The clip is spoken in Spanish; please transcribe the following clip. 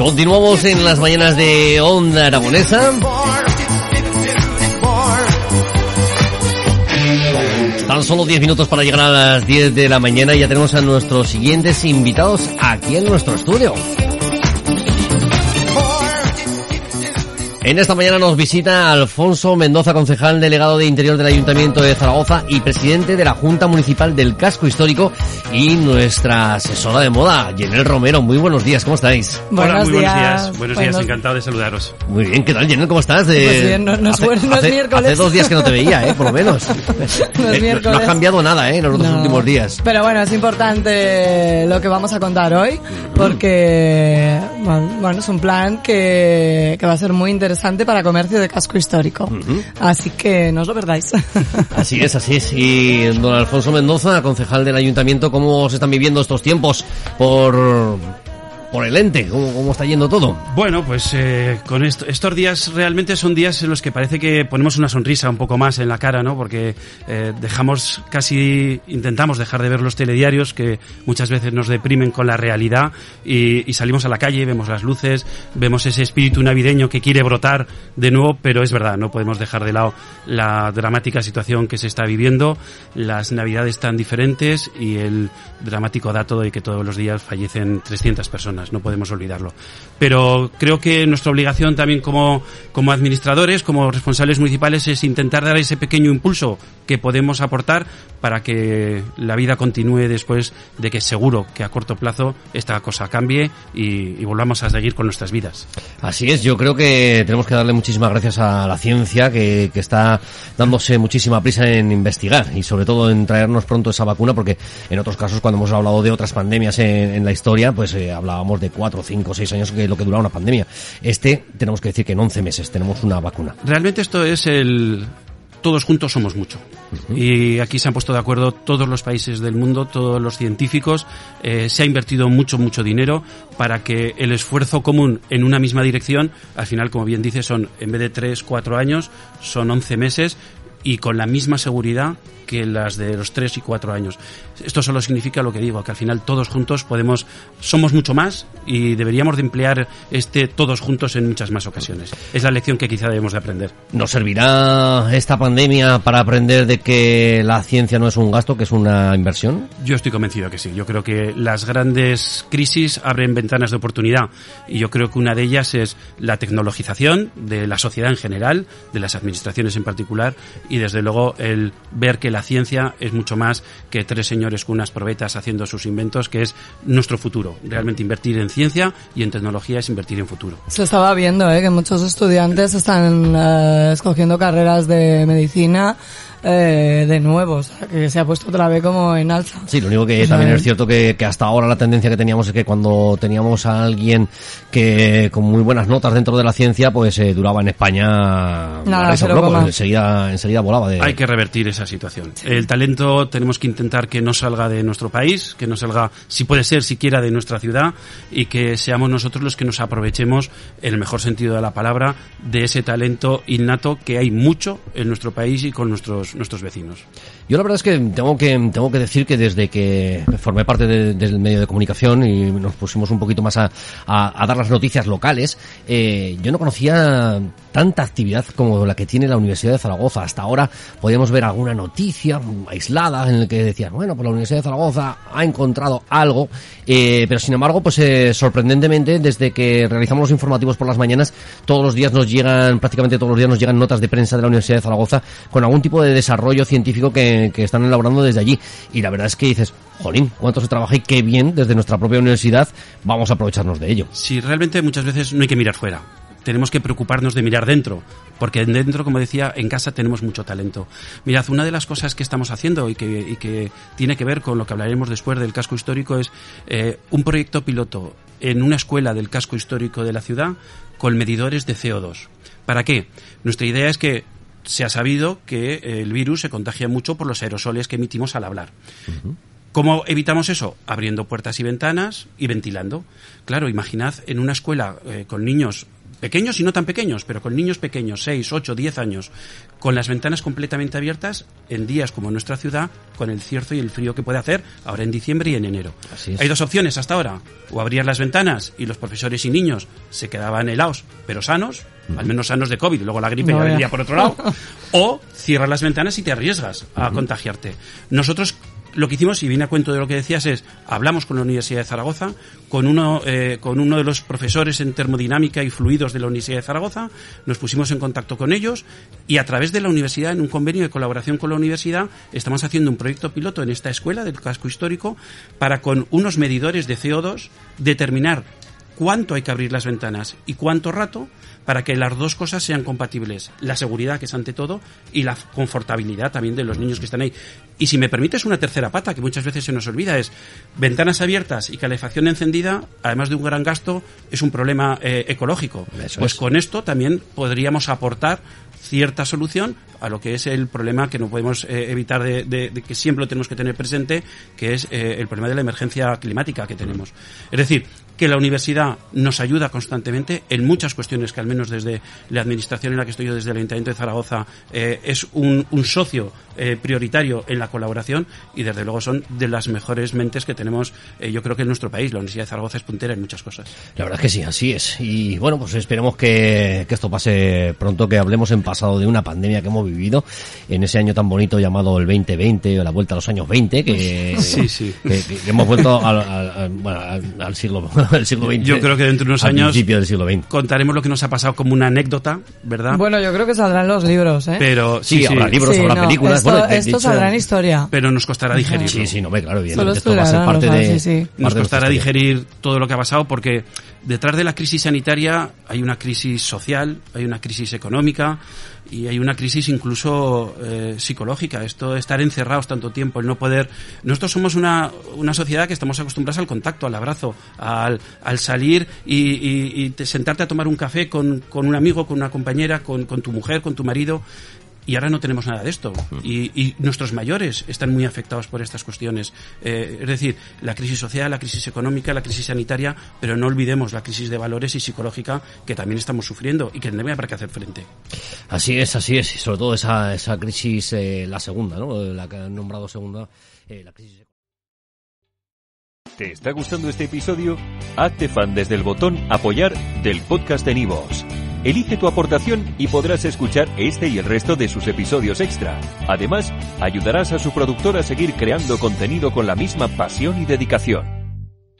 Continuamos en las mañanas de Onda Aragonesa. Tan solo 10 minutos para llegar a las 10 de la mañana y ya tenemos a nuestros siguientes invitados aquí en nuestro estudio. En esta mañana nos visita Alfonso Mendoza, concejal delegado de Interior del Ayuntamiento de Zaragoza y presidente de la Junta Municipal del Casco Histórico, y nuestra asesora de moda, Yenel Romero. Muy buenos días, ¿cómo estáis? Hola, muy buenos días. Buenos días, encantado de saludaros. Muy bien, ¿qué tal, Yenel? ¿Cómo estás? Pues bien, no es miércoles. Hace 2 días que no te veía, por lo menos. No es miércoles. No ha cambiado nada, en los 2 últimos días. Pero bueno, es importante lo que vamos a contar hoy, porque bueno, es un plan que va a ser muy interesante para comercio de casco histórico. Así que no os lo perdáis. Así es. Y don Alfonso Mendoza, concejal del Ayuntamiento, ¿cómo se están viviendo estos tiempos por el ente? ¿Cómo está yendo todo? Bueno, pues con estos días realmente son días en los que parece que ponemos una sonrisa un poco más en la cara, ¿no? Porque intentamos dejar de ver los telediarios, que muchas veces nos deprimen con la realidad, y salimos a la calle, vemos las luces, vemos ese espíritu navideño que quiere brotar de nuevo, pero es verdad, no podemos dejar de lado la dramática situación que se está viviendo, las navidades tan diferentes y el dramático dato de que todos los días fallecen 300 personas. No podemos olvidarlo. Pero creo que nuestra obligación también como administradores, como responsables municipales, es intentar dar ese pequeño impulso que podemos aportar para que la vida continúe después de que seguro que a corto plazo esta cosa cambie y volvamos a seguir con nuestras vidas. Así es, yo creo que tenemos que darle muchísimas gracias a la ciencia que está dándose muchísima prisa en investigar y sobre todo en traernos pronto esa vacuna, porque en otros casos, cuando hemos hablado de otras pandemias en la historia, pues hablábamos de 4, 5, 6 años, que es lo que duraba una pandemia. Tenemos que decir que en 11 meses tenemos una vacuna. Realmente esto es todos juntos somos mucho. Y aquí se han puesto de acuerdo todos los países del mundo, todos los científicos. Se ha invertido mucho dinero para que el esfuerzo común en una misma dirección, al final, como bien dice, en vez de 3, 4 años, son 11 meses, y con la misma seguridad que las de los 3 y 4 años. Esto solo significa lo que digo, que al final todos juntos somos mucho más, y deberíamos de emplear todos juntos en muchas más ocasiones. Es la lección que quizá debemos de aprender. ¿Nos servirá esta pandemia para aprender de que la ciencia no es un gasto, que es una inversión? Yo estoy convencido que sí. Yo creo que las grandes crisis abren ventanas de oportunidad, y yo creo que una de ellas es la tecnologización de la sociedad en general, de las administraciones en particular, y desde luego el ver que la ciencia es mucho más que 3 señores con unas probetas haciendo sus inventos, que es nuestro futuro. Realmente invertir en ciencia y en tecnología es invertir en futuro. Se estaba viendo que muchos estudiantes están escogiendo carreras de medicina de nuevo, o sea, que se ha puesto otra vez como en alza. Sí, lo único que también es cierto que hasta ahora la tendencia que teníamos es que cuando teníamos a alguien que con muy buenas notas dentro de la ciencia, pues duraba en España enseguida volaba. Hay que revertir esa situación. Sí. El talento tenemos que intentar que no salga de nuestro país, que no salga, si puede ser, siquiera de nuestra ciudad, y que seamos nosotros los que nos aprovechemos, en el mejor sentido de la palabra, de ese talento innato que hay mucho en nuestro país y con nuestros vecinos. Yo la verdad es que tengo que decir que desde que formé parte del medio de comunicación y nos pusimos un poquito más a dar las noticias locales, yo no conocía tanta actividad como la que tiene la Universidad de Zaragoza. Hasta ahora podíamos ver alguna noticia aislada en la que decían, bueno, pues la Universidad de Zaragoza ha encontrado algo, pero sin embargo, pues sorprendentemente, desde que realizamos los informativos por las mañanas, prácticamente todos los días nos llegan notas de prensa de la Universidad de Zaragoza con algún tipo de desarrollo científico que están elaborando desde allí. Y la verdad es que dices, jolín, cuánto se trabaja y qué bien desde nuestra propia universidad vamos a aprovecharnos de ello. Sí, realmente muchas veces no hay que mirar fuera. Tenemos que preocuparnos de mirar dentro, porque dentro, como decía, en casa tenemos mucho talento. Mirad, una de las cosas que estamos haciendo y que tiene que ver con lo que hablaremos después del casco histórico es un proyecto piloto en una escuela del casco histórico de la ciudad con medidores de CO2. ¿Para qué? Nuestra idea es que se ha sabido que el virus se contagia mucho por los aerosoles que emitimos al hablar. Uh-huh. ¿Cómo evitamos eso? Abriendo puertas y ventanas y ventilando. Claro, imaginad en una escuela con niños pequeños y no tan pequeños, pero con niños pequeños, 6, 8, 10 años, con las ventanas completamente abiertas en días como en nuestra ciudad, con el cierzo y el frío que puede hacer ahora en diciembre y en enero. Así es. Hay dos opciones hasta ahora: o abrías las ventanas y los profesores y niños se quedaban helados, pero sanos, al menos sanos de COVID, luego la gripe ya vendría por otro lado, o cierras las ventanas y te arriesgas a contagiarte. Nosotros lo que hicimos, y viene a cuento de lo que decías, es hablamos con la Universidad de Zaragoza, con uno de los profesores en termodinámica y fluidos de la Universidad de Zaragoza, nos pusimos en contacto con ellos y a través de la universidad, en un convenio de colaboración con la universidad, estamos haciendo un proyecto piloto en esta escuela del casco histórico para, con unos medidores de CO2, determinar cuánto hay que abrir las ventanas y cuánto rato, para que las dos cosas sean compatibles. La seguridad, que es ante todo, y la confortabilidad también de los niños que están ahí. Y si me permites, una tercera pata, que muchas veces se nos olvida, es ventanas abiertas y calefacción encendida, además de un gran gasto, es un problema ecológico. Pues con esto también podríamos aportar cierta solución a lo que es el problema que no podemos evitar de que siempre lo tenemos que tener presente, que es el problema de la emergencia climática que tenemos. Es decir, que la universidad nos ayuda constantemente en muchas cuestiones que, al menos desde la administración en la que estoy yo, desde el Ayuntamiento de Zaragoza, es un socio prioritario en la colaboración, y desde luego son de las mejores mentes que tenemos, yo creo que en nuestro país. La Universidad de Zaragoza es puntera en muchas cosas. La verdad es que sí, así es. Y bueno, pues esperemos que esto pase pronto, que hablemos en pasado de una pandemia que hemos vivido en ese año tan bonito llamado el 2020, o la vuelta a los años 20, que hemos vuelto al siglo XX. Yo creo que dentro de unos años, principio del siglo XX, contaremos lo que nos ha pasado como una anécdota, ¿verdad? Bueno, yo creo que saldrán los libros, ¿eh? Pero sí, habrá libros, habrá películas. Esto saldrá en historia. Pero nos costará digerirlo. Sí, no, claro, evidentemente esto va a ser parte de... Nos costará digerir todo lo que ha pasado, porque detrás de la crisis sanitaria hay una crisis social, hay una crisis económica y hay una crisis incluso psicológica. Esto de estar encerrados tanto tiempo, el no poder... Nosotros somos una sociedad que estamos acostumbrados al contacto, al abrazo, al salir y sentarte a tomar un café con un amigo, con una compañera, con tu mujer, con tu marido. Y ahora no tenemos nada de esto. Y nuestros mayores están muy afectados por estas cuestiones. Es decir, la crisis social, la crisis económica, la crisis sanitaria, pero no olvidemos la crisis de valores y psicológica que también estamos sufriendo y que tendremos para que hacer frente. Así es. Y sobre todo esa crisis, la segunda, ¿no? La que han nombrado segunda, la crisis. ¿Te está gustando este episodio? Hazte fan desde el botón Apoyar del podcast de Nivos. Elige tu aportación y podrás escuchar este y el resto de sus episodios extra. Además, ayudarás a su productor a seguir creando contenido con la misma pasión y dedicación.